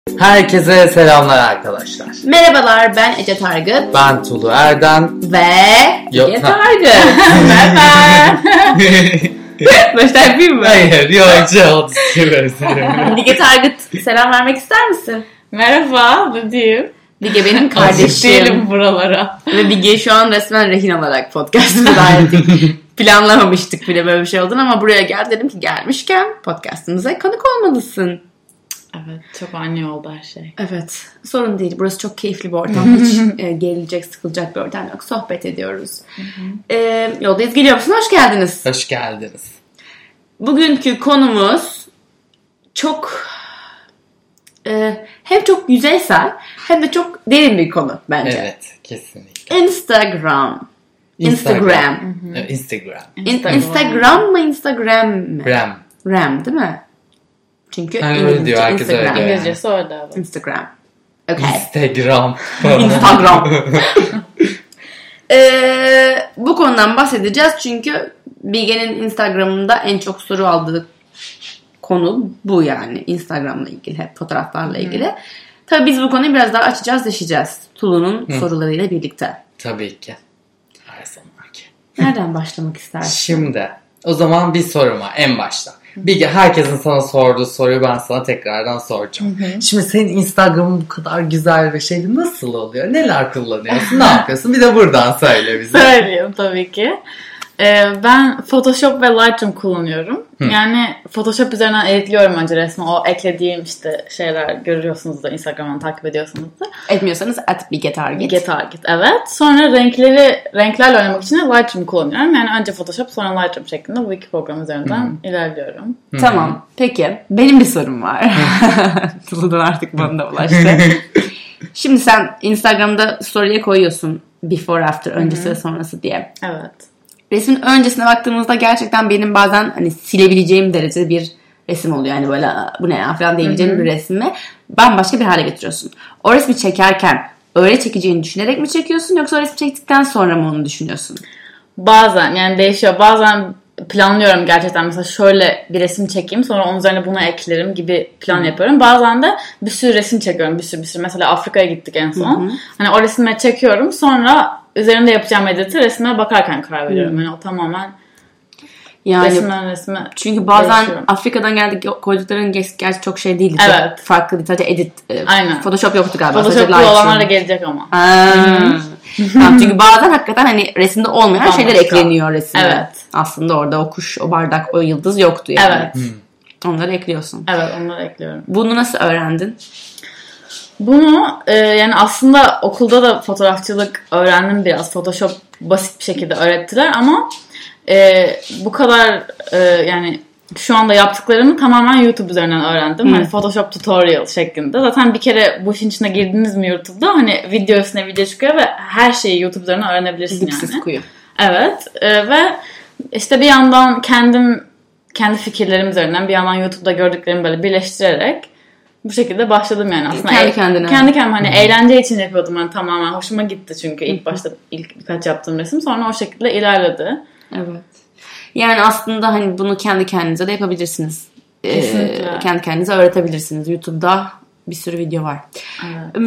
Herkese selamlar arkadaşlar. Merhabalar, ben Ece Targıt. Ben Tulu Erden. Ve Ece Targıt. Merhaba. Başta yapayım mı? Hayır, yok oldu. Ege Targıt, selam vermek ister misin? Merhaba, ne diyeyim? Bige benim kardeşim. Diyelim buralara. Ve Bige şu an resmen rehin alarak podcast'ımıza dahil ettik. Planlamamıştık bile böyle bir şey olduğunu ama buraya gel dedim ki gelmişken podcast'ımıza konuk olmalısın. Evet, çok ani oldu her şey. Evet, sorun değil. Burası çok keyifli bir ortam. Hiç gerilecek, sıkılacak bir ortam yok. Sohbet ediyoruz. Yoldayız, geliyor musun? Hoş geldiniz. Hoş geldiniz. Bugünkü konumuz çok hem çok yüzeysel hem de çok derin bir konu bence. Evet, kesinlikle. Instagram. Instagram Instagram mı Instagram mı? Ram değil mi? Çünkü hani öyle diyor, herkes öyle diyor. İngilizcesi orada. Evet. Instagram. Okay. Instagram. Bu konudan bahsedeceğiz çünkü Bilge'nin Instagram'ında en çok soru aldığı konu bu yani. Instagram'la ilgili, hep fotoğraflarla ilgili. Tabii biz bu konuyu biraz daha açacağız, deşeceğiz. Tulu'nun sorularıyla birlikte. Tabii ki. Her zamanki. Nereden başlamak istersin? Şimdi o zaman bir sorum var en başta. Bilge, herkesin sana sorduğu soruyu ben sana tekrardan soracağım. Şimdi senin Instagram'ın bu kadar güzel ve şeydi, nasıl oluyor? Neler kullanıyorsun? Ne yapıyorsun? Bir de buradan söyle bize. Söyleyeyim tabii ki. Ben Photoshop ve Lightroom kullanıyorum. Yani Photoshop üzerinden editliyorum önce resmi. O eklediğim işte şeyler görüyorsunuz da Instagram'dan takip ediyorsunuz da. Etmiyorsanız @BilgeTarget. BilgeTarget, evet. Sonra renklerle oynamak için de Lightroom kullanıyorum. Yani önce Photoshop sonra Lightroom şeklinde bu iki program üzerinden ilerliyorum. Tamam. Peki. Benim bir sorum var. Tulu'dan artık bana da ulaştı. Şimdi sen Instagram'da story'e koyuyorsun before after, öncesi ve sonrası diye. Evet. Resmin öncesine baktığımızda gerçekten benim bazen hani silebileceğim derecede bir resim oluyor. Yani böyle bu ne ya falan diyebileceğim bir resmi bambaşka bir hale getiriyorsun. O resmi çekerken öyle çekeceğini düşünerek mi çekiyorsun yoksa o resmi çektikten sonra mı onu düşünüyorsun? Bazen yani değişiyor. Bazen planlıyorum gerçekten. Mesela şöyle bir resim çekeyim sonra onun üzerine bunu eklerim gibi plan yapıyorum. Bazen de bir sürü resim çekiyorum. Bir sürü. Mesela Afrika'ya gittik en son. Hani o resmi çekiyorum. Sonra üzerinde yapacağım editi resme bakarken karar veriyorum. Yani o tamamen yani resme. Çünkü bazen Afrika'dan geldik koydukların gerçi çok şey değildi. Evet. Çok farklı değil. Sadece edit. Aynen. Photoshop yoktu galiba. Photoshop'lu olanlar da gelecek ama. Tamam, çünkü bazen hakikaten hani resimde olmayan şeyler ekleniyor resme. Evet. Aslında orada o kuş, o bardak, o yıldız yoktu yani. Evet. Onları ekliyorsun. Evet, onları ekliyorum. Bunu nasıl öğrendin? Bunu yani aslında okulda da fotoğrafçılık öğrendim biraz. Photoshop basit bir şekilde öğrettiler ama bu kadar yani şu anda yaptıklarımı tamamen YouTube üzerinden öğrendim. Hani Photoshop tutorial şeklinde. Zaten bir kere bu işin içine girdiniz mi YouTube'da hani video üstüne video çıkıyor ve her şeyi YouTube üzerinden öğrenebilirsin Dipsiz yani. kuyu. Evet ve işte bir yandan kendi fikirlerim üzerinden bir yandan YouTube'da gördüklerimi böyle birleştirerek bu şekilde başladım yani aslında. Kendi kendine. Kendi kendime hani eğlence için yapıyordum yani tamamen. Hoşuma gitti çünkü ilk birkaç yaptığım resim. Sonra o şekilde ilerledi. Evet. Yani aslında hani bunu kendi kendinize de yapabilirsiniz. Kesinlikle. Kendi kendinize öğretebilirsiniz. YouTube'da bir sürü video var. Evet.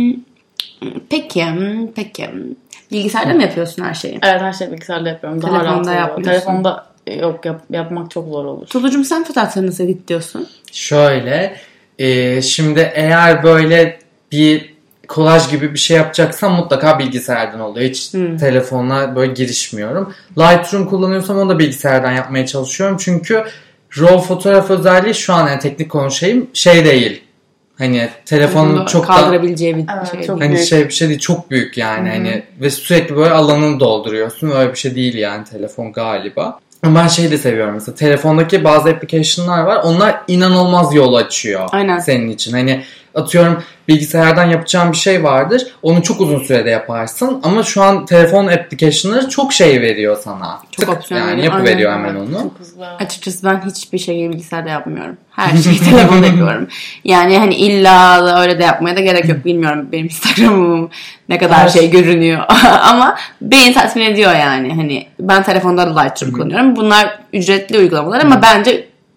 Peki. Bilgisayarda mı yapıyorsun her şeyi? Evet, her şeyi bilgisayarda yapıyorum. Daha Telefonda rahat yapmıyorsun. Telefonda yok yapmak çok zor olur. Tulucuğum, sen fotoğraflarını nasıl editliyorsun? Şöyle, şimdi eğer böyle bir kolaj gibi bir şey yapacaksam mutlaka bilgisayardan oluyor. Hiç telefonla böyle girişmiyorum. Lightroom kullanıyorsam onu da bilgisayardan yapmaya çalışıyorum. Çünkü RAW fotoğraf özelliği şu an yani teknik konuşayım şey değil. Hani telefonun çok da kaldırabileceği bir şey çok değil. hani şey bir şey değil, çok büyük yani hani ve sürekli böyle alanını dolduruyorsun. Öyle bir şey değil yani telefon galiba. Ama ben şeyi de seviyorum mesela telefondaki bazı application'lar var. Onlar inanılmaz yol açıyor. Aynen. Senin için. Hani atıyorum bilgisayardan yapacağın bir şey vardır. Onu çok uzun sürede yaparsın. Ama şu an telefon application'ları çok şey veriyor sana. Çok opsiyon yani veriyor. yapıveriyor Aynen. hemen onu. Çok hızlı. Açıkçası ben hiçbir şeyi bilgisayarda yapmıyorum. Her şeyi telefonda yapıyorum. Yani hani illa da öyle de yapmaya da gerek yok. Bilmiyorum benim Instagram'ım ne kadar şey görünüyor. Ama beni tatmin ediyor yani. Hani ben telefonda da Lightroom kullanıyorum. Bunlar ücretli uygulamalar ama bence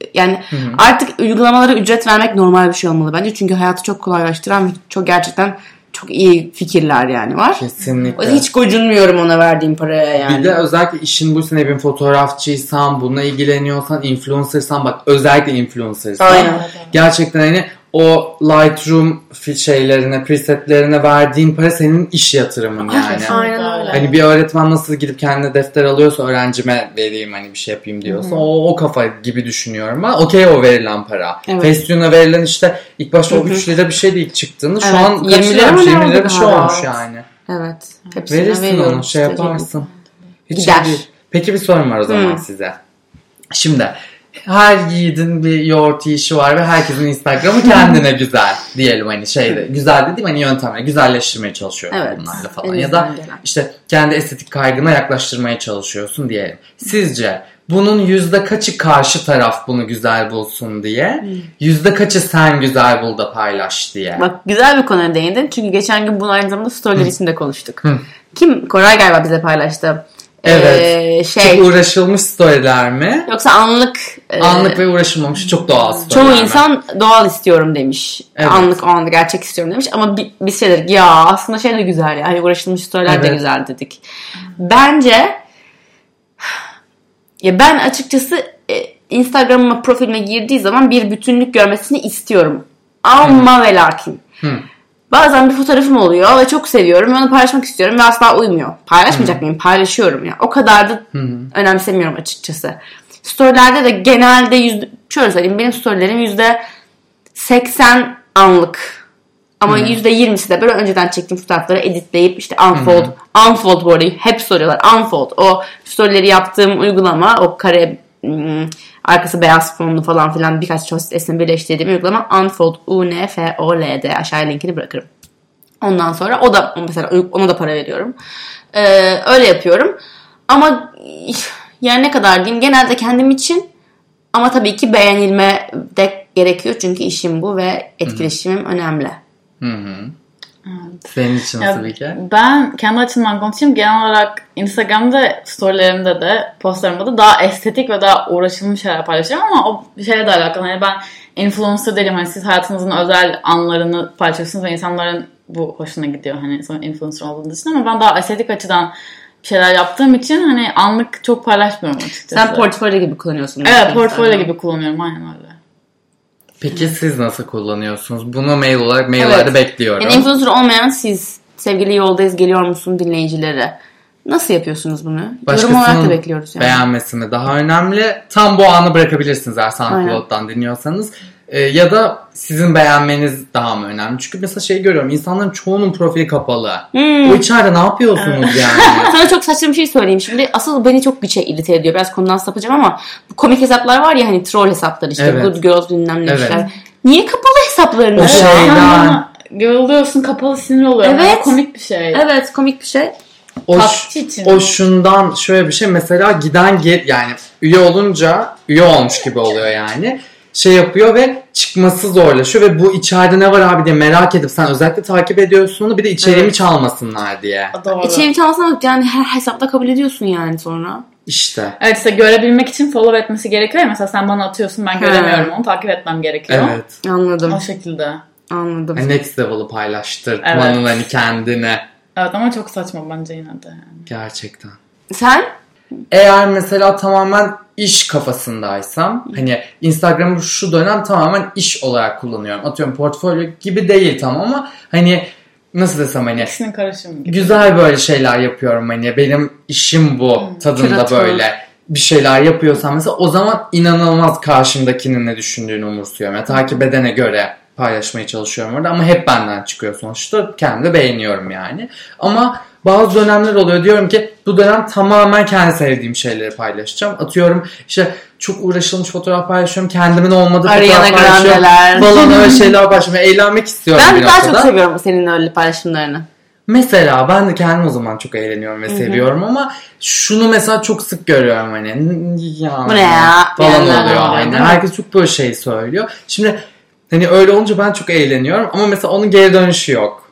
Yani artık uygulamalara ücret vermek normal bir şey olmalı bence. Çünkü hayatı çok kolaylaştıran ve çok gerçekten çok iyi fikirler yani var. Kesinlikle. Hiç gocunmuyorum ona verdiğim paraya yani. Bir de özellikle işin bu sene bir fotoğrafçıysan, bununla ilgileniyorsan, influencersan, bak özellikle influencersan. Aynen. Gerçekten hani o Lightroom şeylerine, presetlerine verdiğin para senin iş yatırımın yani. Aynen öyle. Hani bir öğretmen nasıl gidip kendine defter alıyorsa, öğrencime vereyim hani bir şey yapayım diyorsa, o kafa gibi düşünüyorum ben. Okey, o verilen para. Evet. Facetune'a verilen işte ilk başta o 3 lira bir şeydi ilk çıktığında. Şu an 20 lira mı 20 lira bir şey oldu? olmuş yani. Evet. Hepsine Verirsin onu, şey yaparsın. Hiç şey değil. Peki bir sorum var o zaman size. Şimdi her yiğidin bir yoğurt yiyişi var ve herkesin Instagram'ı kendine güzel diyelim, hani şeyde güzel dediğim hani yöntemle güzelleştirmeye çalışıyorum bunlarla falan ya da işte kendi estetik kaygına yaklaştırmaya çalışıyorsun diyelim. Sizce bunun yüzde kaçı karşı taraf bunu güzel bulsun diye, yüzde kaçı sen güzel bul da paylaş diye? Bak güzel bir konuya değindin çünkü geçen gün bunu aynı zamanda storyler için de konuştuk. Kim? Koray galiba bize paylaştı. Evet. Çok uğraşılmış storyler mi? Yoksa anlık ve uğraşılmamış çok doğal storyler çoğu mi? insan doğal istiyorum demiş. Evet. Anlık o anda gerçek istiyorum demiş. Ama biz şey dedik ya aslında şey de güzel ya. Hani uğraşılmış storyler de güzel dedik. Bence ya ben açıkçası Instagram'ıma profilime girdiği zaman bir bütünlük görmesini istiyorum. Ama ve lakin. Bazen bir fotoğrafım oluyor ve çok seviyorum ve onu paylaşmak istiyorum ve asla uymuyor. Paylaşmayacak mıyım? Paylaşıyorum ya. O kadar da önemsemiyorum açıkçası. Storylerde de genelde şöyle söyleyeyim, benim storylerim %80 anlık. Ama %20'si de böyle önceden çektiğim fotoğrafları editleyip işte unfold bu arada hep soruyorlar. Unfold o storyleri yaptığım uygulama, o kare arkası beyaz fonlu falan filan birkaç esnemi birleştirdiğim uygulama Unfold, U-N-F-O-L-D. Aşağıya linkini bırakırım. Ondan sonra o da mesela ona da para veriyorum. Öyle yapıyorum. Ama yani ne kadar diyeyim, genelde kendim için, ama tabii ki beğenilme de gerekiyor çünkü işim bu ve etkileşimim önemli. Senin için nasıl bir şey? Ben kendi açımdan konuşayım. Genel olarak Instagram'da storylerimde de postlarımda da daha estetik ve daha uğraşılmış şeyler paylaşıyorum ama o şeyle de alakalı. Yani ben influencer değilim. Hani siz hayatınızın özel anlarını paylaşıyorsunuz ve insanların bu hoşuna gidiyor. Hani sonra influencer olduğunuz için, ama ben daha estetik açıdan şeyler yaptığım için hani anlık çok paylaşmıyorum açıkçası. Sen portfolyo gibi kullanıyorsun. Evet, portfolyo gibi kullanıyorum. Aynen öyle. Peki siz nasıl kullanıyorsunuz? Bunu maillerde bekliyorum. Yani influencer olmayan siz, sevgili yoldayız geliyor musun dinleyicileri, nasıl yapıyorsunuz bunu? Yorum olarak da bekliyoruz yani. Beğenmesini daha önemli. Tam bu anı bırakabilirsiniz eğer SoundCloud'dan dinliyorsanız. Ya da sizin beğenmeniz daha mı önemli? Çünkü mesela şey görüyorum, insanların çoğunun profili kapalı. O içeride ne yapıyorsunuz yani? Sana çok saçma bir şey söyleyeyim şimdi. Asıl beni çok irite ediyor. Biraz konudan sapacağım ama bu komik hesaplar var ya, hani troll hesaplar işte. Good Girls bilmem ne işler. Niye kapalı hesaplarını? O şeyden. Görülüyorsun, kapalı, sinir oluyor. Evet. Komik bir şey. Evet, komik bir şey. O şundan şöyle bir şey, mesela giden yani üye olunca üye olmuş gibi oluyor yani. Şey yapıyor ve çıkması zorlaşıyor ve bu içeride ne var abi diye merak edip sen özellikle takip ediyorsun onu, bir de içeriğimi çalmasınlar diye. İçeriğimi çalmasınlar yani her hesapta kabul ediyorsun yani sonra. İşte. Evet, işte görebilmek için follow etmesi gerekiyor. Mesela sen bana atıyorsun, ben göremiyorum onu, takip etmem gerekiyor. Evet. Anladım. O şekilde. Anladım. Next level'ı paylaştırmanın hani kendine. Evet ama çok saçma bence yine de. Yani. Gerçekten. Sen? Eğer mesela tamamen iş kafasındaysam, hani Instagram'ı şu dönem tamamen iş olarak kullanıyorum. Atıyorum portfolyo gibi değil tam ama hani nasıl desem, hani İkisinin karışımı gibi. Güzel böyle şeyler yapıyorum, hani benim işim bu tadında böyle bir şeyler yapıyorsam mesela, o zaman inanılmaz karşımdakinin ne düşündüğünü umursuyorum. Yani takip edene göre paylaşmaya çalışıyorum orada ama hep benden çıkıyor sonuçta. Kendim de beğeniyorum yani. Ama bazı dönemler oluyor, diyorum ki bu dönem tamamen kendi sevdiğim şeyleri paylaşacağım. Atıyorum işte çok uğraşılmış fotoğraf paylaşıyorum. Kendimin olmadığı fotoğraf paylaşıyorum. Falan öyle şeyler paylaşıyorum. Eğlenmek istiyorum ben bir daha noktada. çok seviyorum senin öyle paylaşımlarını. Mesela ben de kendim o zaman çok eğleniyorum ve seviyorum ama şunu mesela çok sık görüyorum, hani ya bu ne ya falan oluyor. Aynen. Herkes çok böyle şey söylüyor. Şimdi hani öyle olunca ben çok eğleniyorum ama mesela onun geri dönüşü yok.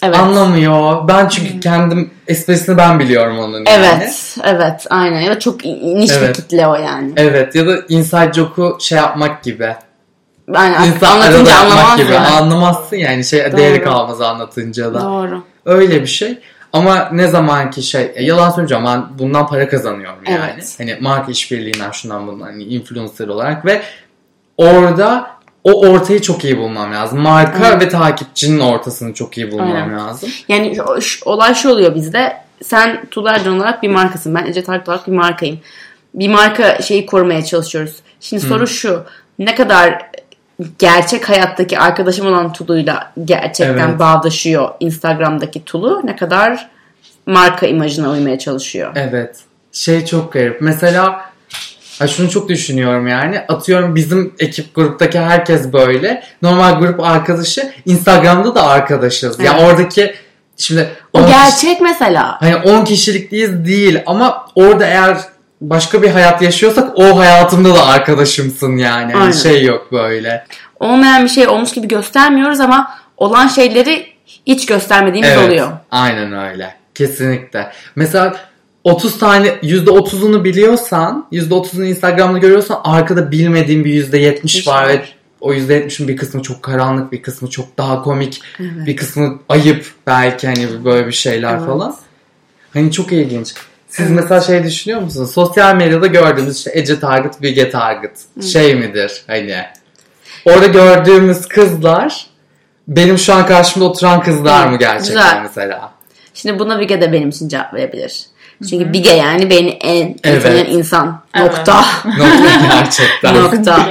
Evet. Anlamıyor. Ben çünkü kendim esprisini ben biliyorum onun yani. Evet aynen. Ya da çok niş bir kitle o yani. Evet ya da inside joke'u şey yapmak gibi. Yani anlatınca anlamaz gibi. Yani. Anlamazsın yani değeri kalmaz anlatınca da. Doğru. Öyle bir şey. Ama ne zamanki yalan söyleyeceğim, ben bundan para kazanıyorum yani. Evet. Hani marka işbirliğinden şundan bundan hani influencer olarak ve orada o ortayı çok iyi bulmam lazım. Marka ve takipçinin ortasını çok iyi bulmam lazım. Yani olay şu oluyor bizde. Sen Tuğla Ercan olarak bir markasın. Ben Ece Tarık olarak bir markayım. Bir marka şeyi korumaya çalışıyoruz. Şimdi soru şu. Ne kadar gerçek hayattaki arkadaşım olan Tulu'yla gerçekten bağdaşıyor Instagram'daki Tulu, ne kadar marka imajına uymaya çalışıyor. Evet. Çok garip. Mesela şunu çok düşünüyorum yani. Atıyorum bizim ekip gruptaki herkes böyle. Normal grup arkadaşı. Instagram'da da arkadaşız. Evet. Yani oradaki şimdi o gerçek mesela. Hani 10 kişilikliyiz değil ama orada eğer başka bir hayat yaşıyorsak o hayatımda da arkadaşımsın yani. Aynen. Yok böyle. Olmayan bir şey olmuş gibi göstermiyoruz ama olan şeyleri hiç göstermediğimiz oluyor. Aynen öyle. Kesinlikle. Mesela 30 tane %30'unu biliyorsan, %30'unu Instagram'da görüyorsan arkada bilmediğin bir %70 var ve o %70'in bir kısmı çok karanlık, bir kısmı çok daha komik, bir kısmı ayıp belki hani böyle bir şeyler falan. Hani çok ilginç. Siz mesela düşünüyor musunuz? Sosyal medyada gördüğümüz Ece Target, Bilge Target midir? Hani orada gördüğümüz kızlar benim şu an karşımda oturan kızlar mı gerçekten mesela? Şimdi buna Bilge de benim için cevap verebilir. Çünkü Bilge yani beni en tanıyan insan. Nokta. Nokta gerçekten. Nokta.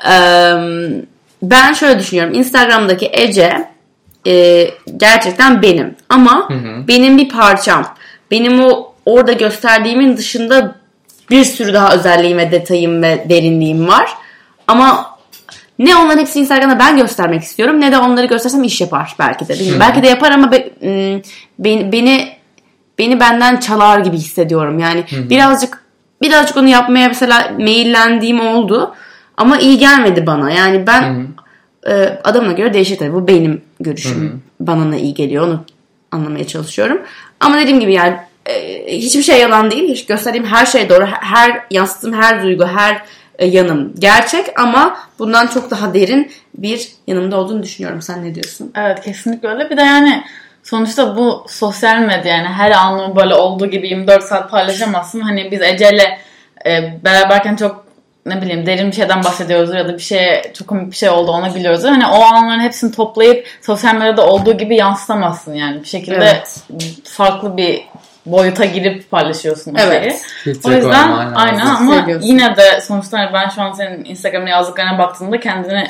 Ben şöyle düşünüyorum. Instagram'daki Ece gerçekten benim. Ama benim bir parçam. Benim o orada gösterdiğimin dışında bir sürü daha özelliğim ve detayım ve derinliğim var. Ama ne onların hepsini Instagram'da ben göstermek istiyorum, ne de onları göstersem iş yapar belki de. Bilmiyorum. Belki de yapar ama beni benden çalar gibi hissediyorum. Yani birazcık onu yapmaya mesela meyillendiğim oldu. Ama iyi gelmedi bana. Yani ben adamına göre değişir tabii. Bu benim görüşüm. Bana ne iyi geliyor onu anlamaya çalışıyorum. Ama dediğim gibi yani hiçbir şey yalan değil. Hiç gösterdiğim her şey doğru. Yansıttığım her duygu, her yanım gerçek ama bundan çok daha derin bir yanımda olduğunu düşünüyorum. Sen ne diyorsun? Evet, kesinlikle öyle. Bir de yani sonuçta bu sosyal medya yani her anı böyle olduğu gibi 24 saat paylaşamazsın. Hani biz Ece'yle beraberken çok derin bir şeyden bahsediyoruz ya da bir şeye çok komik bir şey oldu ona gülüyoruz. Hani o anların hepsini toplayıp sosyal medyada olduğu gibi yansıtamazsın yani. Bir şekilde farklı bir boyuta girip paylaşıyorsun o şeyi. O yüzden aynen ama yine de sonuçta ben şu an senin Instagram'da yazdıklarına baktığımda kendini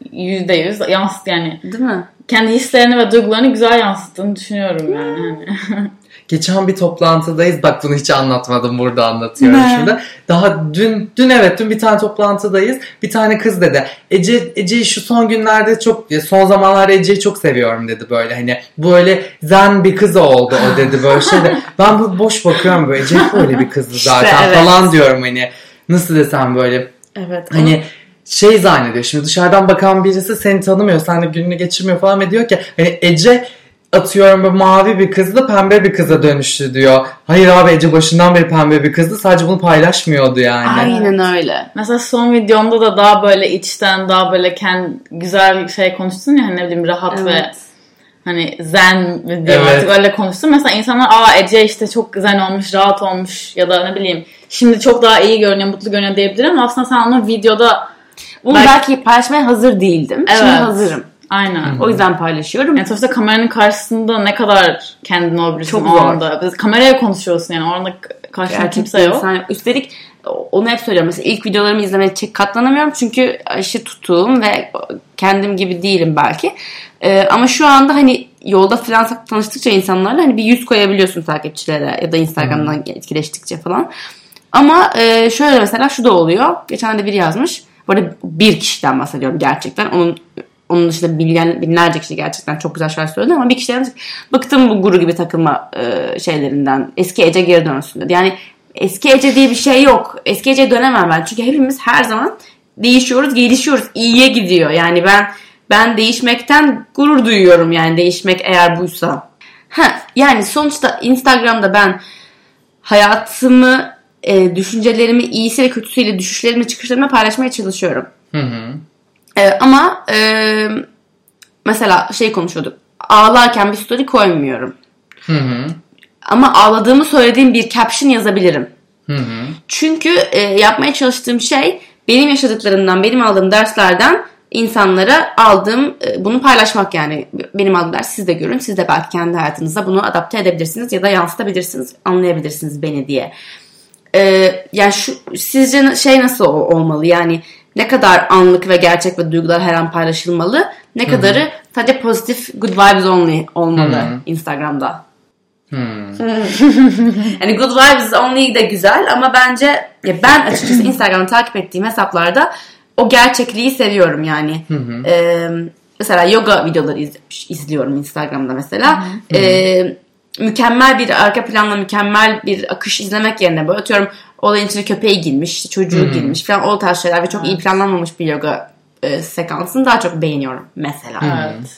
%100 yansıt yani. Değil mi? Kendi hislerini ve duygularını güzel yansıttığını düşünüyorum yani. Geçen bir toplantıdayız. Bak bunu hiç anlatmadım. Burada anlatıyorum şimdi. Daha dün bir tane toplantıdayız. Bir tane kız dedi. Ece'yi şu son günlerde son zamanlarda Ece'yi çok seviyorum dedi böyle. Hani böyle zen bir kız oldu o dedi böyle şeyde. Ben bu boş bakıyorum böyle. Ece böyle bir kızdı zaten falan diyorum hani. Nasıl desem böyle. Evet. Hani zannediyor. Şimdi dışarıdan bakan birisi seni tanımıyor. Seninle gününü geçirmiyor falan ve diyor ki hani Ece atıyorum böyle mavi bir kızdı pembe bir kıza dönüştü diyor. Hayır abi Ece başından beri pembe bir kızdı. Sadece bunu paylaşmıyordu yani. Aynen öyle. Mesela son videomda da daha böyle içten daha böyle güzel konuştun ya ne rahat ve hani zen diyor artık öyle konuştun. Mesela insanlar Ece işte çok zen olmuş, rahat olmuş ya da şimdi çok daha iyi görünüyor, mutlu görünüyor diyebilir ama aslında sen onu videoda bunu belki paylaşmaya hazır değildim. Evet. Şimdi hazırım. Aynen. O yüzden paylaşıyorum. Yani sonuçta kameranın karşısında ne kadar kendini olabilirsin o anda. Biz kameraya konuşuyorsun yani orada karşında kimse yok. Üstelik onu hep söylüyorum. Mesela ilk videolarımı izlemeye katlanamıyorum. Çünkü aşı tuttuğum ve kendim gibi değilim belki. Ama şu anda hani yolda falan tanıştıkça insanlarla hani bir yüz koyabiliyorsun takipçilere ya da Instagram'dan etkileştikçe falan. Ama şöyle mesela şu da oluyor. Geçen de biri yazmış. Bu arada bir kişiden bahsediyorum gerçekten. Onun dışında binlerce kişi gerçekten çok güzel şeyler söyledi ama bir kişiden bıktım bu guru gibi takılma şeylerinden. Eski Ece geri dönsün dedi. Yani eski Ece diye bir şey yok. Eski Ece'ye dönemem ben. Çünkü hepimiz her zaman değişiyoruz, gelişiyoruz. İyiye gidiyor. Yani ben değişmekten gurur duyuyorum yani değişmek eğer buysa. Yani sonuçta Instagram'da ben hayatımı, düşüncelerimi, iyisi ve kötüsüyle, düşüşlerimi, çıkışlarımı paylaşmaya çalışıyorum. Ama mesela konuşuyorduk. Ağlarken bir story koymuyorum. Ama ağladığımı söylediğim bir caption yazabilirim. Çünkü yapmaya çalıştığım şey benim yaşadıklarımdan, benim aldığım derslerden insanlara aldığım, bunu paylaşmak yani. Benim aldığım ders siz de görün. Siz de belki kendi hayatınızda bunu adapte edebilirsiniz ya da yansıtabilirsiniz, anlayabilirsiniz beni diye. Yani sizce nasıl olmalı? Yani ne kadar anlık ve gerçek ve duygular her an paylaşılmalı? Ne kadarı sadece pozitif good vibes only olmalı Instagram'da? Yani good vibes only de güzel ama bence ben açıkçası Instagram'ı takip ettiğim hesaplarda o gerçekliği seviyorum yani. Mesela yoga videoları izliyorum Instagram'da mesela. Mükemmel bir arka planla mükemmel bir akış izlemek yerine böyle atıyorum olayın içine köpeği girmiş, çocuğu girmiş falan, o tarz şeyler ve çok iyi planlanmamış bir yoga sekansını daha çok beğeniyorum mesela. Evet.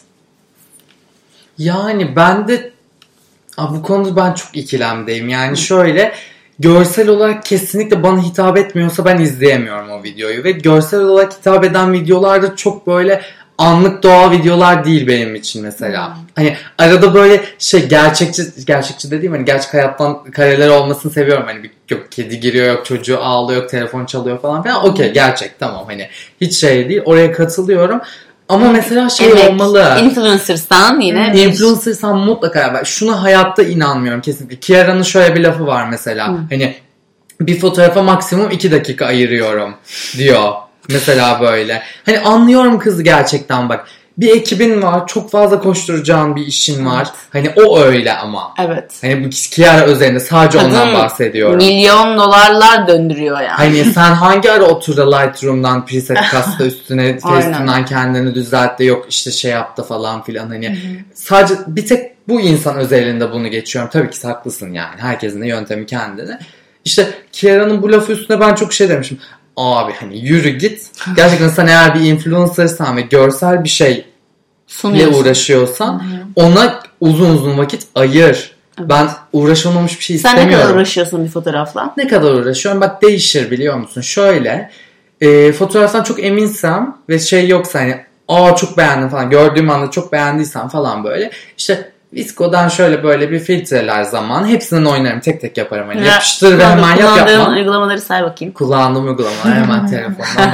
Yani ben de bu konuda ben çok ikilemdeyim. Yani şöyle, görsel olarak kesinlikle bana hitap etmiyorsa ben izleyemiyorum o videoyu. Ve görsel olarak hitap eden videolar da çok böyle anlık doğal videolar değil benim için mesela. Hani arada böyle gerçekçi dediğim hani gerçek hayattan kareler olmasını seviyorum. Hani yok kedi giriyor, yok çocuğu ağlıyor, yok telefon çalıyor falan filan. Okey, gerçek, tamam, hani hiç değil. Oraya katılıyorum. Ama mesela olmalı. Influencer'san yine. Influencer'san mutlaka. Ben şuna hayatta inanmıyorum kesinlikle. Kiara'nın şöyle bir lafı var mesela. Hani bir fotoğrafa maksimum 2 dakika ayırıyorum diyor. Mesela böyle. Hani anlıyorum kızı gerçekten bak. Bir ekibin var. Çok fazla koşturacağın bir işin var. Hani o öyle ama. Evet. Hani bu Kiara üzerinde sadece ondan bahsediyorum. Milyon dolarlar döndürüyor yani. Hani sen hangi ara otur da Lightroom'dan preset kasta üstüne Facetune'dan kendini düzeltti, yok işte yaptı falan filan hani. Sadece bir tek bu insan özelinde bunu geçiyorum. Tabii ki haklısın yani. Herkesin de yöntemi kendine. İşte Kiara'nın bu lafı üstüne ben çok demişim. Abi hani yürü git. Gerçekten sen eğer bir influencersan ve görsel bir şeyle uğraşıyorsan ona uzun vakit ayır. Evet. Ben uğraşılmamış bir şey istemiyorum. Sen ne kadar uğraşıyorsun bir fotoğrafla? Ne kadar uğraşıyorum? Bak değişir biliyor musun? Şöyle fotoğraftan çok eminsem ve yoksa hani çok beğendim falan, gördüğüm anda çok beğendiysen falan böyle işte Visco'dan şöyle böyle bir filtreler zaman hepsinin oynarım, tek tek yaparım. Hani yapıştır ve hemen yapmam. Kullandığın uygulamaları say bakayım. Kullandığım uygulamalar hemen telefondan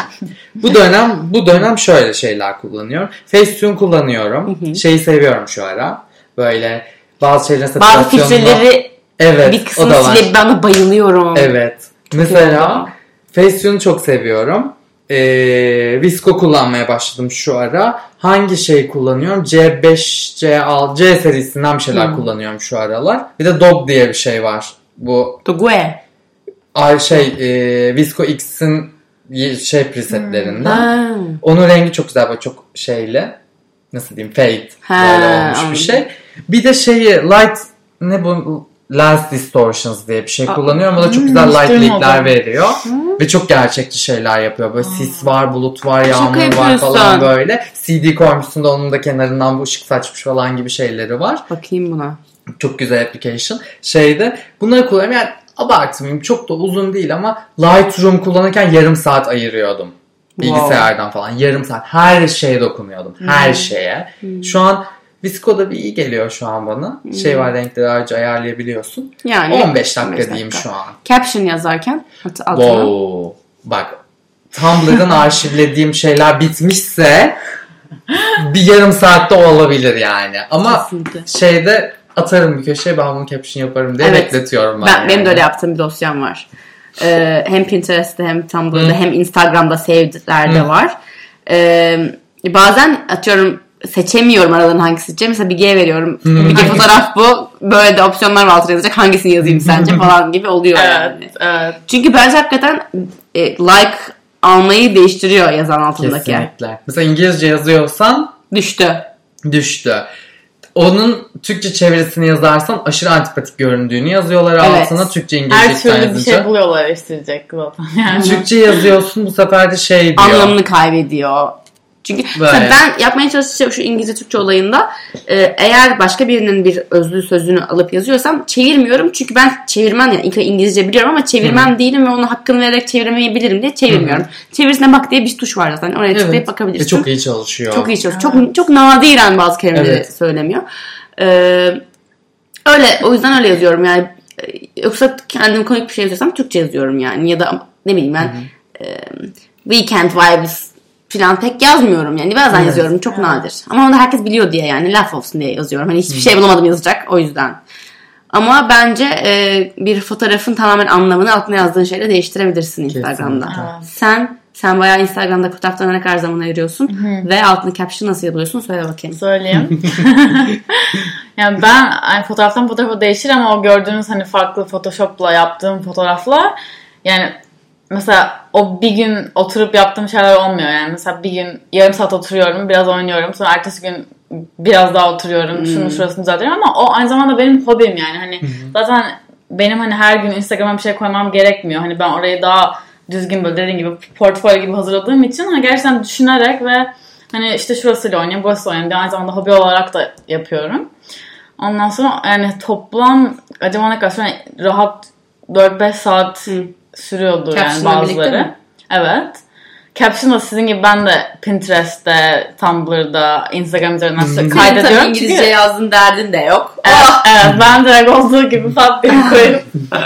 bu dönem şöyle şeyler kullanıyorum. Facetune kullanıyorum. Seviyorum şu ara. Böyle bazı şeylerin saturasyonuna. Bazı filtreleri bir kısmı silip ben de bayılıyorum. Evet. Mesela Facetune'u çok seviyorum. Visco kullanmaya başladım şu ara. Hangi şeyi kullanıyorum? C serisinden bir şeyler kullanıyorum şu aralar. Bir de Dog diye bir şey var. Bu Dogue. Visco X'in presetlerinden. Onun rengi çok güzel, böyle çok nasıl diyeyim, fade böyle olmuş bir şey. Bir de light Lens Distortions diye bir şey kullanıyorum. O da çok güzel lightlikler veriyor. Ve çok gerçekçi şeyler yapıyor. Böyle sis var, bulut var, yağmur var falan böyle. CD koymuşsun da onun da kenarından bu ışık saçmış falan gibi şeyleri var. Bakayım buna. Çok güzel application. Bunları kullanıyorum. Yani abartmayayım, çok da uzun değil ama Lightroom kullanırken yarım saat ayırıyordum. Bilgisayardan falan yarım saat. Her şeye dokunuyordum. Her şeye. Şu an Visco'da bir iyi geliyor şu an bana. Var, renkleri ayrıca ayarlayabiliyorsun. Yani 15 dakika diyeyim şu an. Caption yazarken altına. Bak, Tumblr'dan arşivlediğim şeyler bitmişse bir yarım saatte olabilir yani. Ama kesinlikle. Atarım bir köşeye, ben bunu caption yaparım diye bekletiyorum ben. Benim de öyle yaptığım bir dosyam var. Hem Pinterest'te hem Tumblr'da hem Instagram'da saved'lerde var. Bazen atıyorum seçemiyorum aradan hangisini seçeceğim. Mesela Bilge'ye veriyorum. Bilge fotoğraf bu. Böyle de opsiyonlar var altına yazacak. Hangisini yazayım sence falan gibi oluyor yani. Evet. Çünkü bence hakikaten like almayı değiştiriyor yazan altındaki. Kesinlikle. Mesela İngilizce yazıyorsan düştü. Onun Türkçe çevirisini yazarsan aşırı antipatik göründüğünü yazıyorlar altına. Türkçe İngilizce her türlü bir şey buluyorlar eleştirecek zaten. Yani. Türkçe yazıyorsun, bu sefer de diyor. Anlamını kaybediyor. Çünkü ben yapmaya çalışacağım şu İngilizce Türkçe olayında eğer başka birinin bir özlü sözünü alıp yazıyorsam çevirmiyorum. Çünkü ben çevirmen yani İngilizce biliyorum ama çevirmen değilim ve ona hakkını vererek çevirmeyebilirim diye çevirmiyorum. Çevirisine bak diye bir tuş var zaten. Oraya tıklayıp bakabilirsin. Çok iyi çalışıyor. Çok iyi çalışıyor. Çok nadiren bazı kelimeleri söylemiyor. Öyle, o yüzden öyle yazıyorum yani. Yoksa kendim komik bir şey yazıyorsam Türkçe yazıyorum yani. Ya da ne bileyim ben weekend vibes falan pek yazmıyorum yani. Bazen yazıyorum, çok nadir. Ama onu da herkes biliyor diye yani, laf olsun diye yazıyorum. Hani hiçbir şey bulamadım yazacak, o yüzden. Ama bence bir fotoğrafın tamamen anlamını altına yazdığın şeyle değiştirebilirsin Instagram'da. Sen bayağı Instagram'da fotoğraflarına ne kadar zaman ayırıyorsun ve altını caption nasıl yapıyorsun? Söyle bakayım. Söyleyeyim. Yani ben fotoğraftan fotoğrafa değişir ama o gördüğünüz hani farklı Photoshop'la yaptığım fotoğraflar yani mesela o bir gün oturup yaptığım şeyler olmuyor yani. Mesela bir gün yarım saat oturuyorum, biraz oynuyorum. Sonra ertesi gün biraz daha oturuyorum. Şunu şurasını düzeltiyorum ama o aynı zamanda benim hobim yani. Hani zaten benim hani her gün Instagram'a bir şey koymam gerekmiyor. Hani ben orayı daha düzgün böyle dediğim gibi portfolyo gibi hazırladığım için hani gerçekten düşünerek ve hani işte şurasıyla oynayayım, burası oynayayım. Aynı zamanda hobi olarak da yapıyorum. Ondan sonra yani toplam acaba ne kadar sonra rahat 4-5 saat sürüyordur yani bazıları. Evet. Caption'da sizin gibi ben de Pinterest'te, Tumblr'da, Instagram üzerinden kaydediyorum. Tabii İngilizce yazdın derdin de yok. Evet, ben direkt olduğu gibi pat diye koyup.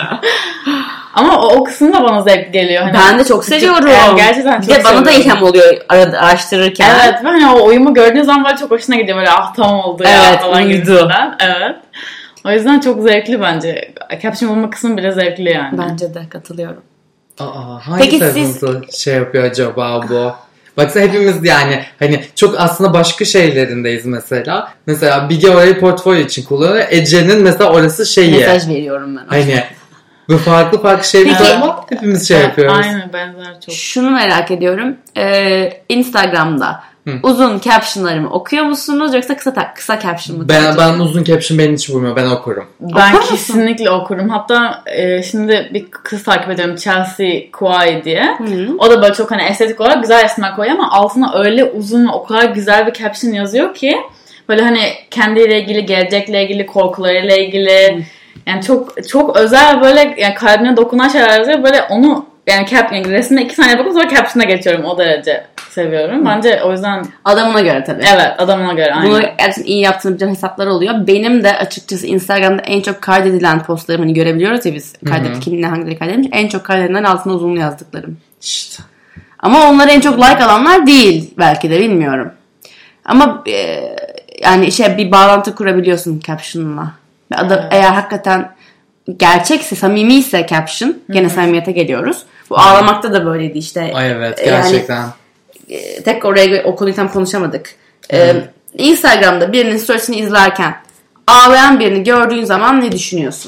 Ama o kısım da bana zevk geliyor. Hani ben de çok seviyorum. Gerçekten çok seviyorum. Bana da ilham oluyor araştırırken. Evet, ve hani o uyumu gördüğünüz zaman böyle çok hoşuna gidiyor. Böyle tamam oldu ya falan gibisinden. Evet. O yüzden çok zevkli bence. Caption bulma kısmı bile zevkli yani. Bence de katılıyorum. Hangi tarafımızı şey yapıyor acaba bu? Baksana hepimiz yani hani çok aslında başka şeylerindeyiz mesela. Mesela Bige orayı portfolyo için kullanıyor. Ece'nin mesela orası şeyi. Mesaj veriyorum ben. Hani bu farklı şeyler ama hepimiz şey yapıyoruz. Aynen, benzer çok. Şunu merak ediyorum. Instagram'da uzun captionlarımı okuyor musunuz yoksa kısa caption mı? Ben uzun caption beni hiç vurmuyor. Ben okurum. Ben kesinlikle okurum. Hatta şimdi bir kız takip ediyorum, Chelsea Kouai diye. O da böyle çok hani estetik olarak güzel resimler koyuyor ama altına öyle uzun ve o kadar güzel bir caption yazıyor ki böyle hani kendiyle ilgili, gelecekle ilgili, korkularıyla ilgili yani çok özel böyle yani kalbine dokunan şeyler yazıyor. Böyle onu yani resmine 2 saniye bakıp sonra caption'a geçiyorum. O derece seviyorum. Bence o yüzden... Adamına göre tabii. Evet, adamına göre. Aynen. Bunu gerçekten iyi yaptığını bilen hesaplar oluyor. Benim de açıkçası Instagram'da en çok kaydedilen postlarımı hani görebiliyoruz ya biz. Kiminle hangileri kaydedilmiş. En çok kaydedilen altına uzunlu yazdıklarım. İşte. Ama onlar en çok like alanlar değil. Belki de bilmiyorum. Ama yani bir bağlantı kurabiliyorsun caption'la. Eğer hakikaten gerçekse, samimiyse caption, gene samimiyete geliyoruz. Bu ağlamakta da böyleydi işte. Ay evet, gerçekten. Yani, tek oraya o konuyu tam konuşamadık. Instagram'da birinin storiesini izlerken ağlayan birini gördüğün zaman ne düşünüyorsun?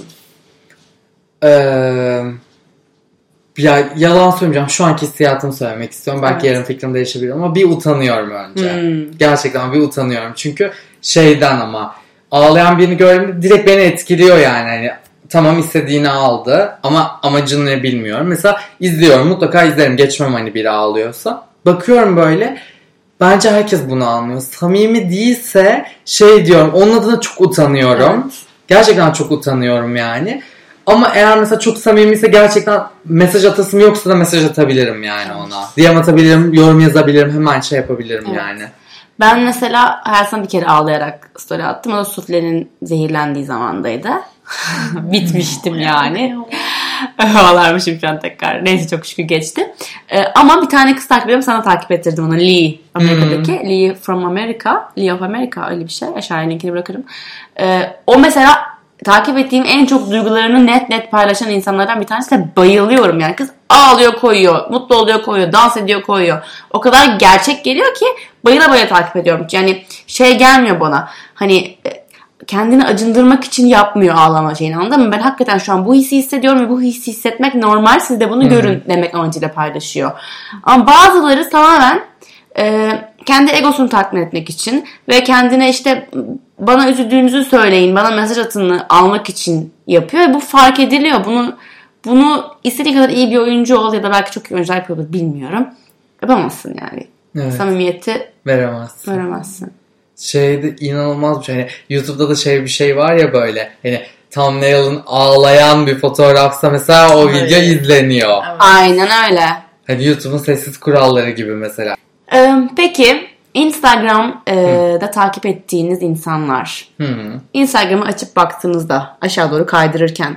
Ya yalan söylemeyeceğim. Şu anki hissiyatımı söylemek istiyorum. Belki yarın fikrim değişebilir ama bir utanıyorum önce. Gerçekten bir utanıyorum. Çünkü şeyden ama ağlayan birini gördüğümde direkt beni etkiliyor yani. Hani tamam, istediğini aldı ama amacını ne bilmiyorum. Mesela izliyorum, mutlaka izlerim. Geçmem hani biri ağlıyorsa. Bakıyorum böyle. Bence herkes bunu anlıyor. Samimi değilse diyorum, onun adına çok utanıyorum. Evet. Gerçekten çok utanıyorum yani. Ama eğer mesela çok samimiyse gerçekten mesaj atasım yoksa da mesaj atabilirim yani ona. DM atabilirim, yorum yazabilirim, hemen yapabilirim yani. Ben mesela her zaman bir kere ağlayarak story attım. O da suflenin zehirlendiği zamandaydı. Bitmiştim yani. Ağlarmışım şu an tekrar. Neyse, çok şükür geçti. Ama bir tane kız takip ediyorum. Sana takip ettirdim onu. Lee. Amerika'daki. Lee from America. Lee of America. Öyle bir şey. Aşağıya linkini bırakırım. O mesela takip ettiğim en çok duygularını net paylaşan insanlardan bir tanesi de bayılıyorum yani. Kız ağlıyor koyuyor. Mutlu oluyor koyuyor. Dans ediyor koyuyor. O kadar gerçek geliyor ki bayıla takip ediyorum. Yani gelmiyor bana. Hani kendini acındırmak için yapmıyor ağlama şeyini, anladın mı? Ben hakikaten şu an bu hissi hissediyorum ve bu hissi hissetmek normal. Siz de bunu görün demek amacıyla paylaşıyor. Ama bazıları tamamen kendi egosunu tatmin etmek için ve kendine bana üzüldüğünüzü söyleyin, bana mesaj atını almak için yapıyor. Ve bu fark ediliyor. Bunu istediği kadar iyi bir oyuncu ol ya da belki çok iyi oyuncular yapıyordur, bilmiyorum. Yapamazsın yani. Evet. samimiyeti Veremezsin. veremezsin. Şeyde inanılmaz bir şey. Hani YouTube'da da bir şey var ya böyle. Hani thumbnail'ın ağlayan bir fotoğrafsa mesela o video izleniyor. Evet. Aynen öyle. Hani YouTube'un sessiz kuralları gibi mesela. Peki Instagram'da takip ettiğiniz insanlar. Instagram'ı açıp baktığınızda aşağı doğru kaydırırken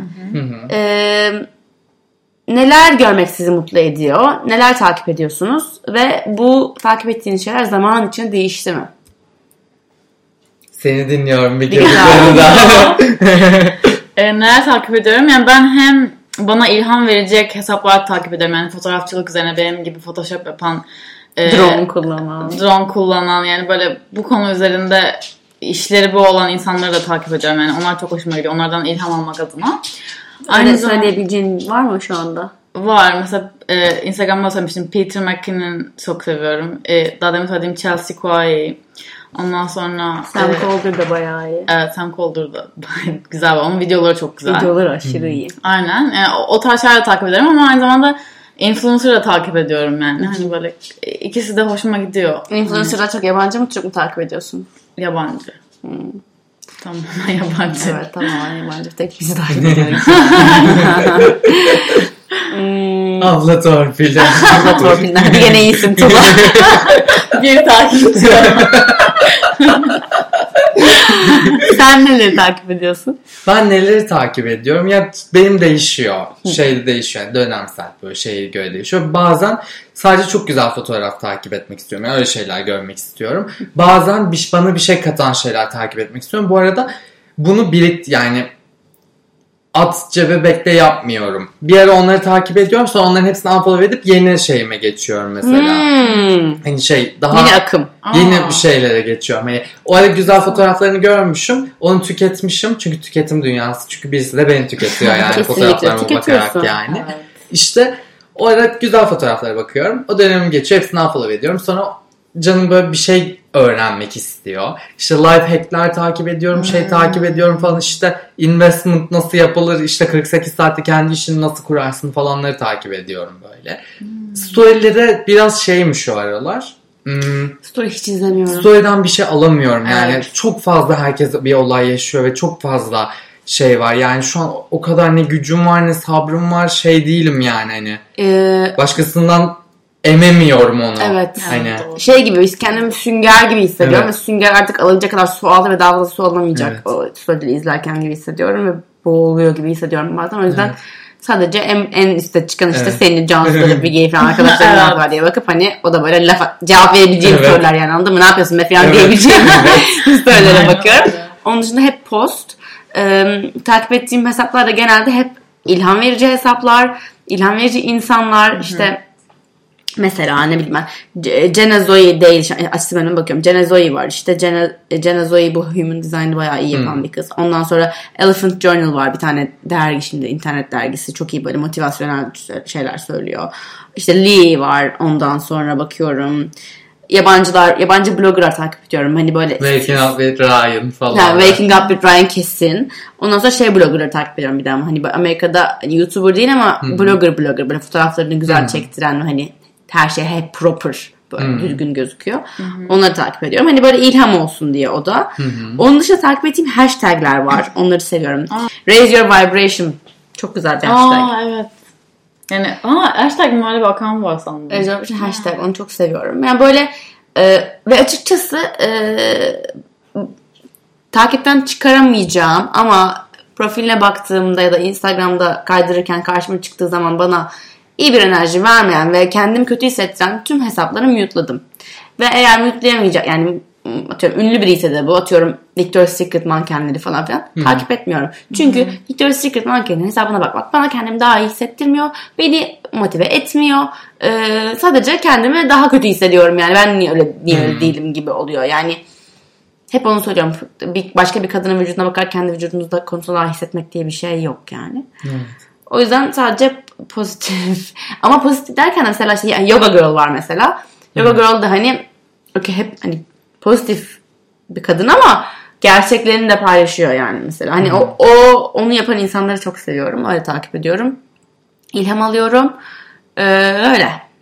neler görmek sizi mutlu ediyor? Neler takip ediyorsunuz? Ve bu takip ettiğiniz şeyler zaman içinde değişti mi? Seni dinliyorum bir Güzel. kere. Neler takip ediyorum? Yani ben hem bana ilham verecek hesaplar takip ediyorum. Yani fotoğrafçılık üzerine benim gibi Photoshop yapan, Drone kullanan yani böyle bu konu üzerinde işleri bu olan insanları da takip ediyorum. Yani onlar çok hoşuma gidiyor. Onlardan ilham almak adına. Aynı söyleyebileceğin var mı şu anda? Var. Mesela Instagram'da söylemiştim. Peter McKinnon'ı çok seviyorum. Daha demin söylediğim Chelsea Kouaï. Ondan sonra... Sam Calder da bayağı iyi. Evet, Sam Calder da güzel. Onun videoları çok güzel. Videoları aşırı iyi. Aynen. Yani o tarz şeyler de takip ederim ama aynı zamanda influencer da takip ediyorum yani. Hani böyle ikisi de hoşuma gidiyor. Influencer'lar çok yabancı mı, Türk mü takip ediyorsun? Yabancı. Tamamen yabancı. Evet, tamamen yabancı. Tek bizi takip ediyoruz. Abla torpili. Abla torpilin. Hadi gene iyisin Tula. Bir takipçi. Sen neleri takip ediyorsun? Ben neleri takip ediyorum? Ya benim değişiyor. Değişiyor. Yani dönemsel böyle şeye göre değişiyor. Bazen sadece çok güzel fotoğraf takip etmek istiyorum. Yani öyle şeyler görmek istiyorum. Bazen bana bir şey katan şeyler takip etmek istiyorum. Bu arada bunu yani at cebe bekle yapmıyorum. Bir ara onları takip ediyorum. Sonra onların hepsini unfollow edip yeni şeyime geçiyorum mesela. Hani daha yeni akım. Yeni bir şeylere geçiyorum. Hani o ara güzel fotoğraflarını görmüşüm. Onu tüketmişim. Çünkü tüketim dünyası. Çünkü birisi de beni tüketiyor yani fotoğraflarıma bakarak yani. Evet. İşte o ara güzel fotoğraflara bakıyorum. O dönemim geçiyor. Hepsini unfollow ediyorum. Sonra canım böyle bir şey öğrenmek istiyor. İşte life hack'ler takip ediyorum. Takip ediyorum falan. İşte investment nasıl yapılır? İşte 48 saatte kendi işini nasıl kurarsın falanları takip ediyorum böyle. Story'lere biraz şu aralar. Story hiç izlemiyorum. Story'den bir şey alamıyorum yani. Evet. Çok fazla herkes bir olay yaşıyor ve çok fazla var. Yani şu an o kadar ne gücüm var ne sabrım var değilim yani hani. Başkasından ememiyorum onu. Evet. Hani. Gibi biz kendimi sünger gibi hissediyorum ve sünger artık alınca kadar su aldı ve daha fazla su alamayacak. Evet. O story'leri izlerken gibi hissediyorum ve boğuluyor gibi hissediyorum bazen. O yüzden sadece en üstte çıkan senin Cansu'da bir gay falan arkadaşlarım var diye bakıp hani o da böyle cevap verebileceğim sorular yani, anladın mı? Ne yapıyorsun be falan diyebileceğim storylere bakıyorum. Onun dışında hep post. Takip ettiğim hesaplar da genelde hep ilham verici hesaplar, ilham verici insanlar. İşte mesela ne bileyim ben Jenna Zoe değil, açtım önüme bakıyorum. Jenna Zoe var işte. Jenna Zoe bu human design'ı bayağı iyi yapan bir kız. Ondan sonra Elephant Journal var, bir tane dergi, şimdi internet dergisi, çok iyi böyle motivasyonel şeyler söylüyor. İşte Lee var, ondan sonra bakıyorum. Yabancı bloggerlar takip ediyorum. Hani böyle Waking Up with Ryan falan. Waking Up with Ryan kesin. Ondan sonra bloggerları takip ediyorum bir daha. Hani Amerika'da hani YouTuber değil ama blogger böyle fotoğraflarını güzel çektiren, hani her şey hep proper, böyle düzgün gözüküyor. Onları takip ediyorum. Hani böyle ilham olsun diye o da. Onun dışında takip ettiğim hashtagler var. Onları seviyorum. Raise Your Vibration. Çok güzel bir hashtag. Evet. Yani hashtag mi, öyle bir account var sandım. Raise Your Vibration hashtag. Onu çok seviyorum. Yani böyle ve açıkçası takipten çıkaramayacağım ama profiline baktığımda ya da Instagram'da kaydırırken karşıma çıktığı zaman bana iyi bir enerji vermeyen ve kendimi kötü hissettiren tüm hesapları mute'ladım. Ve eğer mute'layamayacak, yani atıyorum ünlü biriyse de bu, atıyorum Victoria's Secret mankenleri falan filan takip etmiyorum. Çünkü Victoria's Secret mankeninin hesabına bakmak bana kendimi daha iyi hissettirmiyor. Beni motive etmiyor. Sadece kendimi daha kötü hissediyorum yani. Ben niye öyle değilim gibi oluyor. Yani hep onu söylüyorum. Başka bir kadının vücuduna bakar kendi vücudunuzda konusunda daha hissetmek diye bir şey yok yani. O yüzden sadece pozitif. Ama pozitif derken mesela Yoga Girl var mesela. Yoga Girl da hani hep hani pozitif bir kadın ama gerçeklerini de paylaşıyor yani mesela. Hani onu yapan insanları çok seviyorum. Öyle takip ediyorum. İlham alıyorum. Öyle.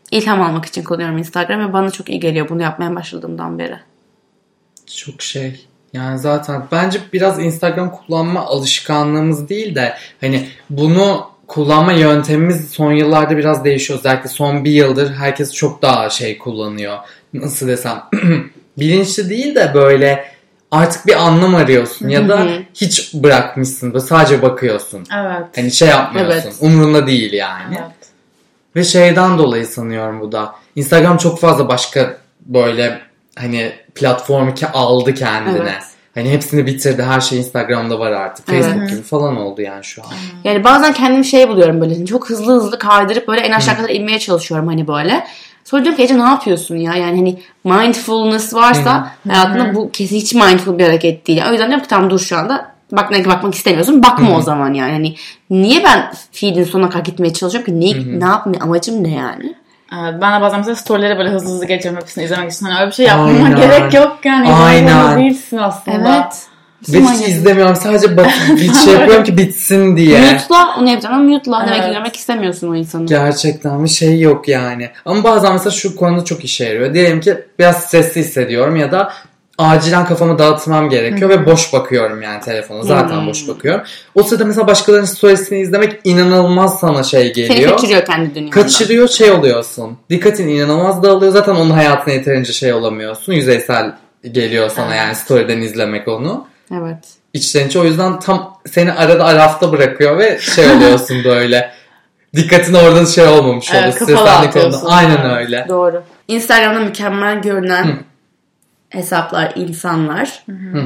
İlham almak için kullanıyorum Instagram ve bana çok iyi geliyor bunu yapmaya başladığımdan beri. Çok yani zaten bence biraz Instagram kullanma alışkanlığımız değil de hani bunu kullanma yöntemimiz son yıllarda biraz değişiyor. Özellikle son bir yıldır herkes çok daha kullanıyor. Nasıl desem bilinçli değil de böyle artık bir anlam arıyorsun ya da hiç bırakmışsın. Böyle sadece bakıyorsun. Evet. Hani yapmıyorsun. Umurunda değil yani. Evet. Ve şeyden dolayı sanıyorum bu da. Instagram çok fazla başka böyle hani platformu aldı kendine. Evet. Hani hepsini bitirdi. Her şey Instagram'da var artık. Facebook gibi falan oldu yani şu an. Yani bazen kendimi buluyorum böyle. Çok hızlı kaydırıp böyle en aşağı kadar inmeye çalışıyorum hani böyle. Sonra diyorum ki Ece ne yapıyorsun ya? Yani hani mindfulness varsa hayatında bu kesin hiç mindful bir hareket değil. O yüzden diyorum ki tamam dur şu anda. Bakmak istemiyorsun. Bakma o zaman yani. Hani niye ben feed'in sonuna kadar gitmeye çalışıyorum ki? Ne yapmaya amacım ne yani? Ben de bazen mesela storyleri böyle hızlı geçiyorum hepsini izlemek için. Hani öyle bir şey yapmama gerek yok yani. Aynen. Değilsin aslında. Evet. Ve hiç izlemiyorum. Sadece bir yapıyorum ki bitsin diye. Mute'la onu yapacağım ama mute'la demek ki görmek istemiyorsun o insanı. Gerçekten bir yok yani. Ama bazen mesela şu konuda çok işe yarıyor. Diyelim ki biraz stresli hissediyorum ya da acilen kafamı dağıtmam gerekiyor ve boş bakıyorum yani telefona. Zaten boş bakıyorum. O sırada mesela başkalarının storiesini izlemek inanılmaz sana geliyor. Seni kaçırıyor kendi dünyanda. Kaçırıyor oluyorsun. Dikkatin inanılmaz dağılıyor. Zaten onun hayatına yeterince olamıyorsun. Yüzeysel geliyor sana yani story'den izlemek onu. Evet. İçten içe o yüzden tam seni arafta bırakıyor ve oluyorsun böyle. Dikkatin orada olmamış oluyor. Streslendik onda. Aynen öyle. Doğru. Instagram'da mükemmel görünen hesaplar, insanlar.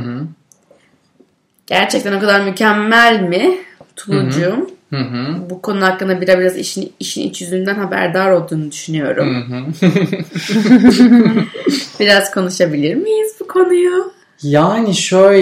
Gerçekten o kadar mükemmel mi Tulucuğum? Bu konu hakkında biraz işin iç yüzünden haberdar olduğunu düşünüyorum. Biraz konuşabilir miyiz bu konuyu? Yani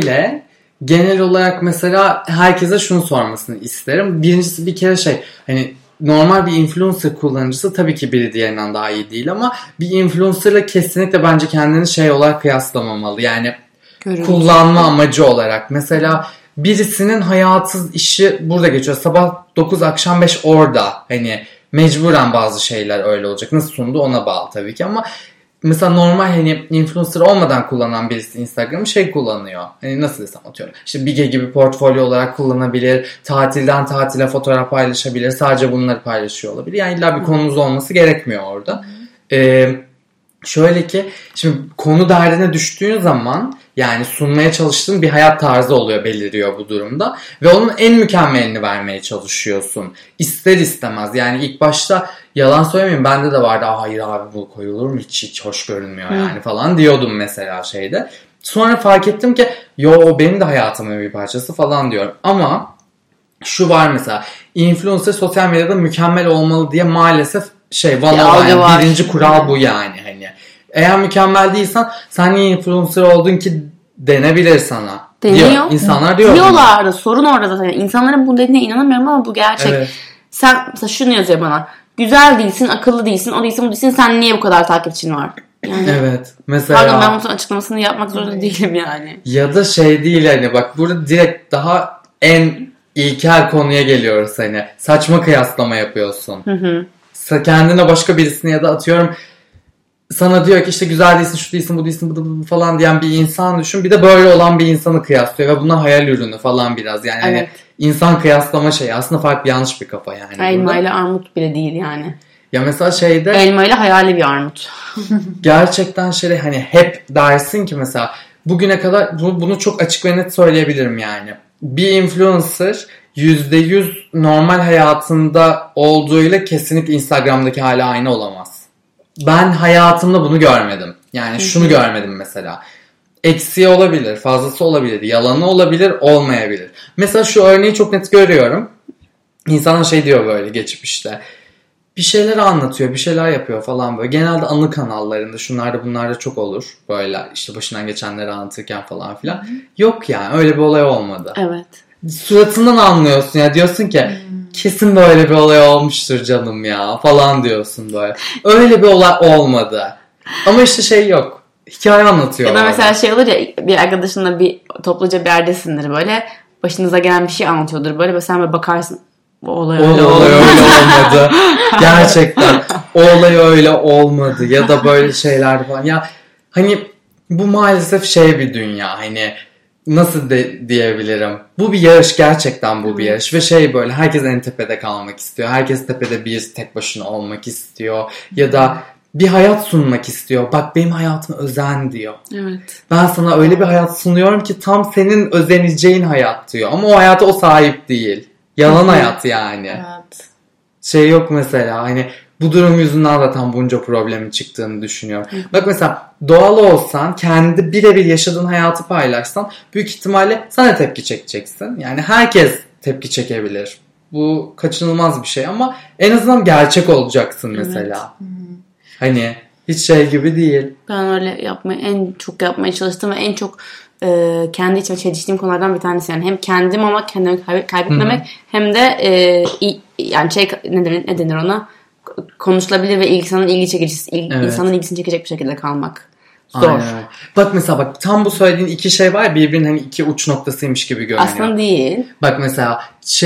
genel olarak mesela herkese şunu sormasını isterim. Birincisi bir kere hani normal bir influencer kullanıcısı tabii ki biri diğerinden daha iyi değil ama bir influencerla kesinlikle bence kendini olarak kıyaslamamalı. Yani kullanma amacı olarak. Mesela birisinin hayatı işi burada geçiyor. Sabah 9 akşam 5 orada. Hani mecburen bazı şeyler öyle olacak. Nasıl sundu ona bağlı tabii ki ama mesela normal hani influencer olmadan kullanan birisi Instagram'ı kullanıyor. Hani nasıl desem atıyorum. İşte Bige gibi portfolyo olarak kullanabilir. Tatilden tatile fotoğraf paylaşabilir. Sadece bunları paylaşıyor olabilir. Yani illa bir konunuz olması gerekmiyor orada. Şöyle ki şimdi konu derdine düştüğün zaman yani sunmaya çalıştığın bir hayat tarzı beliriyor bu durumda. Ve onun en mükemmelini vermeye çalışıyorsun. İster istemez. Yani ilk başta yalan söylemeyeyim bende de vardı. Hayır abi bu koyulur mu? Hiç hoş görünmüyor yani falan diyordum mesela Sonra fark ettim ki o benim de hayatımın bir parçası falan diyorum. Ama şu var mesela influencer sosyal medyada mükemmel olmalı diye maalesef birinci kural bu yani hani. Eğer mükemmel değilsen sen niye influencer oldun ki denebilir sana. Deniyor. İnsanlar diyorlar da sorun orada zaten. İnsanların bu dediğine inanamıyorum ama bu gerçek. Evet. Sen mesela şunu yazıyor bana. Güzel değilsin, akıllı değilsin, o değilsin, bu değilsin. Sen niye bu kadar takipçin var? Yani, evet. Mesela pardon ben bunun açıklamasını yapmak zorunda değilim yani. Ya da değil hani bak burada direkt daha en ilkel konuya geliyoruz hani. Saçma kıyaslama yapıyorsun. Kendine başka birisini ya da atıyorum sana diyor ki işte güzel değilsin, şu değilsin, bu değilsin, bu falan diyen bir insan düşün. Bir de böyle olan bir insanı kıyaslıyor ve buna hayal ürünü falan biraz. Yani evet. Hani insan kıyaslama aslında farklı yanlış bir kafa yani. Elma ile armut bile değil yani. Ya mesela elma ile hayali bir armut. Gerçekten hani hep dersin ki mesela bugüne kadar bunu çok açık ve net söyleyebilirim yani. Bir influencer %100 normal hayatında olduğuyla kesinlikle Instagram'daki hali aynı olamaz. Ben hayatımda bunu görmedim. Yani şunu görmedim mesela. Eksiği olabilir, fazlası olabilir, yalanı olabilir, olmayabilir. Mesela şu örneği çok net görüyorum. İnsanlar diyor böyle geçip işte. Bir şeyler anlatıyor, bir şeyler yapıyor falan böyle. Genelde anı kanallarında şunlarda bunlarda çok olur. Böyle işte başından geçenleri anlatırken falan filan. Yok yani öyle bir olay olmadı. Evet. Suratından anlıyorsun ya diyorsun ki kesin böyle bir olay olmuştur canım ya falan diyorsun böyle. Öyle bir olay olmadı. Ama işte yok. Hikaye anlatıyor. Ya da mesela olur ya bir arkadaşınla topluca bir yerdesindir böyle. Başınıza gelen bir şey anlatıyordur böyle. Ve sen böyle bakarsın. bu olay O öyle olay oldu. öyle olmadı. Gerçekten. O olay öyle olmadı. Ya da böyle şeyler falan. Ya hani bu maalesef bir dünya. Hani nasıl diyebilirim? Bu bir yarış, gerçekten bu bir yarış. Ve böyle herkes en tepede kalmak istiyor. Herkes tepede bir tek başına olmak istiyor. Ya da bir hayat sunmak istiyor. Bak benim hayatım özen diyor. Evet. Ben sana öyle bir hayat sunuyorum ki tam senin özeneceğin hayat diyor. Ama o hayata o sahip değil. Yalan hayat yani. Evet. Yok mesela hani bu durum yüzünden zaten bunca problemin çıktığını düşünüyorum. Bak mesela doğal olsan, kendi birebir yaşadığın hayatı paylaşsan büyük ihtimalle sana tepki çekeceksin. Yani herkes tepki çekebilir. Bu kaçınılmaz bir şey ama en azından gerçek olacaksın mesela. Evet. Hani hiç gibi değil. Ben öyle en çok yapmaya çalıştım ve en çok kendi içime çeliştiğim konulardan bir tanesi. Yani hem kendim ama kendimi kaybetmemek hem de yani ne denir ona? Konuşulabilir ve insanın insanın ilgisini çekecek bir şekilde kalmak. Zor. Aynen. Bak tam bu söylediğin iki şey var, birbirinin hani iki uç noktasıymış gibi görünüyor. Aslında değil. Bak mesela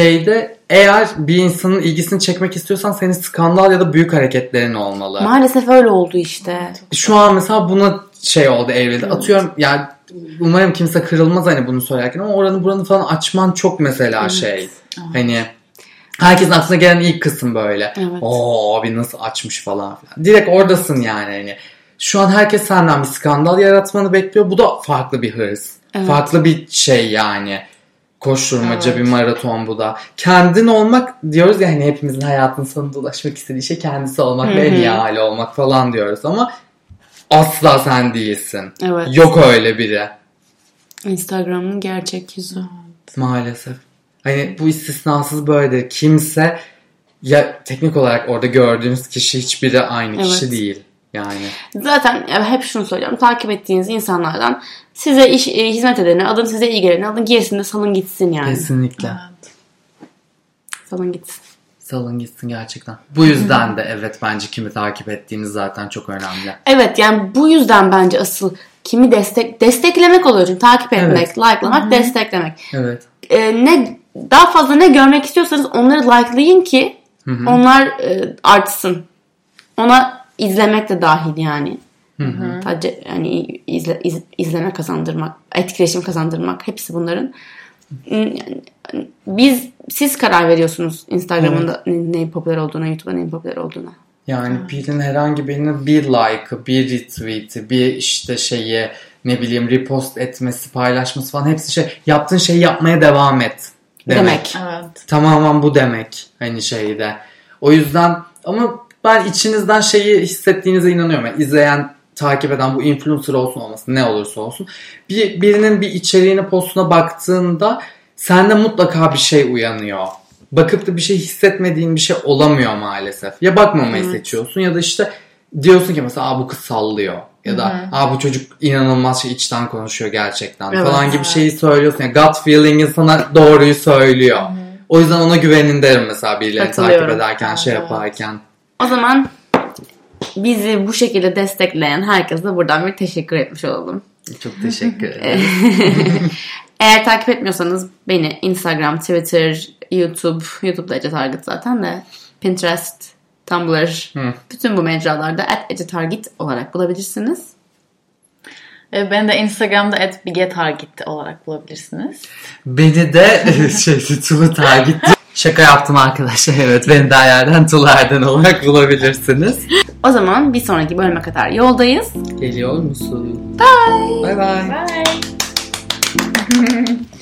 eğer bir insanın ilgisini çekmek istiyorsan senin skandal ya da büyük hareketlerin olmalı. Maalesef öyle oldu işte. Şu an mesela buna oldu, evrildi. Evet. Atıyorum yani umarım kimse kırılmaz hani bunu söylerken ama oranı buranı falan açman çok mesela Evet. Hani herkesin aklına gelen ilk kısım böyle. Evet. Abi nasıl açmış falan filan. Direkt oradasın yani hani. Şu an herkes senden bir skandal yaratmanı bekliyor. Bu da farklı bir hırs. Evet. Farklı bir yani. Koşturmaca evet. bir maraton bu da. Kendin olmak diyoruz ya hani hepimizin hayatın sonunda ulaşmak istediği şey kendisi olmak ve en iyi hali olmak falan diyoruz ama asla sen değilsin. Evet. Yok öyle biri. Instagram'ın gerçek yüzü. Maalesef. Hani bu istisnasız böyle. Kimse ya teknik olarak orada gördüğünüz kişi hiçbiri aynı kişi değil. Yani. Zaten hep şunu söylüyorum. Takip ettiğiniz insanlardan size hizmet edeni alın, size iyi geleni alın. Gerisini de salın gitsin yani. Kesinlikle. Evet. Salın gitsin. Salın gitsin gerçekten. Bu yüzden de evet bence kimi takip ettiğiniz zaten çok önemli. Evet yani bu yüzden bence asıl kimi desteklemek oluyor. Çünkü takip etmek, likelamak, desteklemek. Evet. Daha fazla ne görmek istiyorsanız onları likelayın ki onlar artsın. Ona izlemek de dahil yani. Sadece yani izleme kazandırmak, etkileşim kazandırmak, hepsi bunların. Yani siz karar veriyorsunuz Instagram'ın da neyin popüler olduğuna, YouTube'da neyin popüler olduğuna. Yani birinin herhangi birinin bir like'ı, bir retweet'i, bir ne bileyim repost etmesi, paylaşması falan hepsi yaptığın şeyi yapmaya devam et demek. Evet. Tamamen bu demek hani O yüzden ama ben içinizden hissettiğinize inanıyorum. Yani izleyen, takip eden bu influencer olsun olmasın ne olursa olsun. Birinin bir içeriğine, postuna baktığında sende mutlaka bir şey uyanıyor. Bakıp da bir şey hissetmediğin bir şey olamıyor maalesef. Ya bakmamayı seçiyorsun ya da diyorsun ki mesela bu kız sallıyor. Ya da bu çocuk inanılmaz içten konuşuyor gerçekten falan gibi şeyi söylüyorsun. Yani gut feeling'in sana doğruyu söylüyor. O yüzden ona güvenin derim mesela birilerini takip ederken, yaparken. O zaman bizi bu şekilde destekleyen herkese buradan bir teşekkür etmiş olalım. Çok teşekkür ederim. Eğer takip etmiyorsanız beni Instagram, Twitter, YouTube'da Ece Target zaten de Pinterest, Tumblr, bütün bu mecralarda @ecetarget olarak bulabilirsiniz. Beni de Instagram'da @bigetarget olarak bulabilirsiniz. Beni de Tulu Target. Şaka yaptım arkadaşlar. Evet, beni de yerden Tular'dan olarak bulabilirsiniz. O zaman bir sonraki bölüme kadar yoldayız. Geliyor musun? Bye. Bye bye. Bye.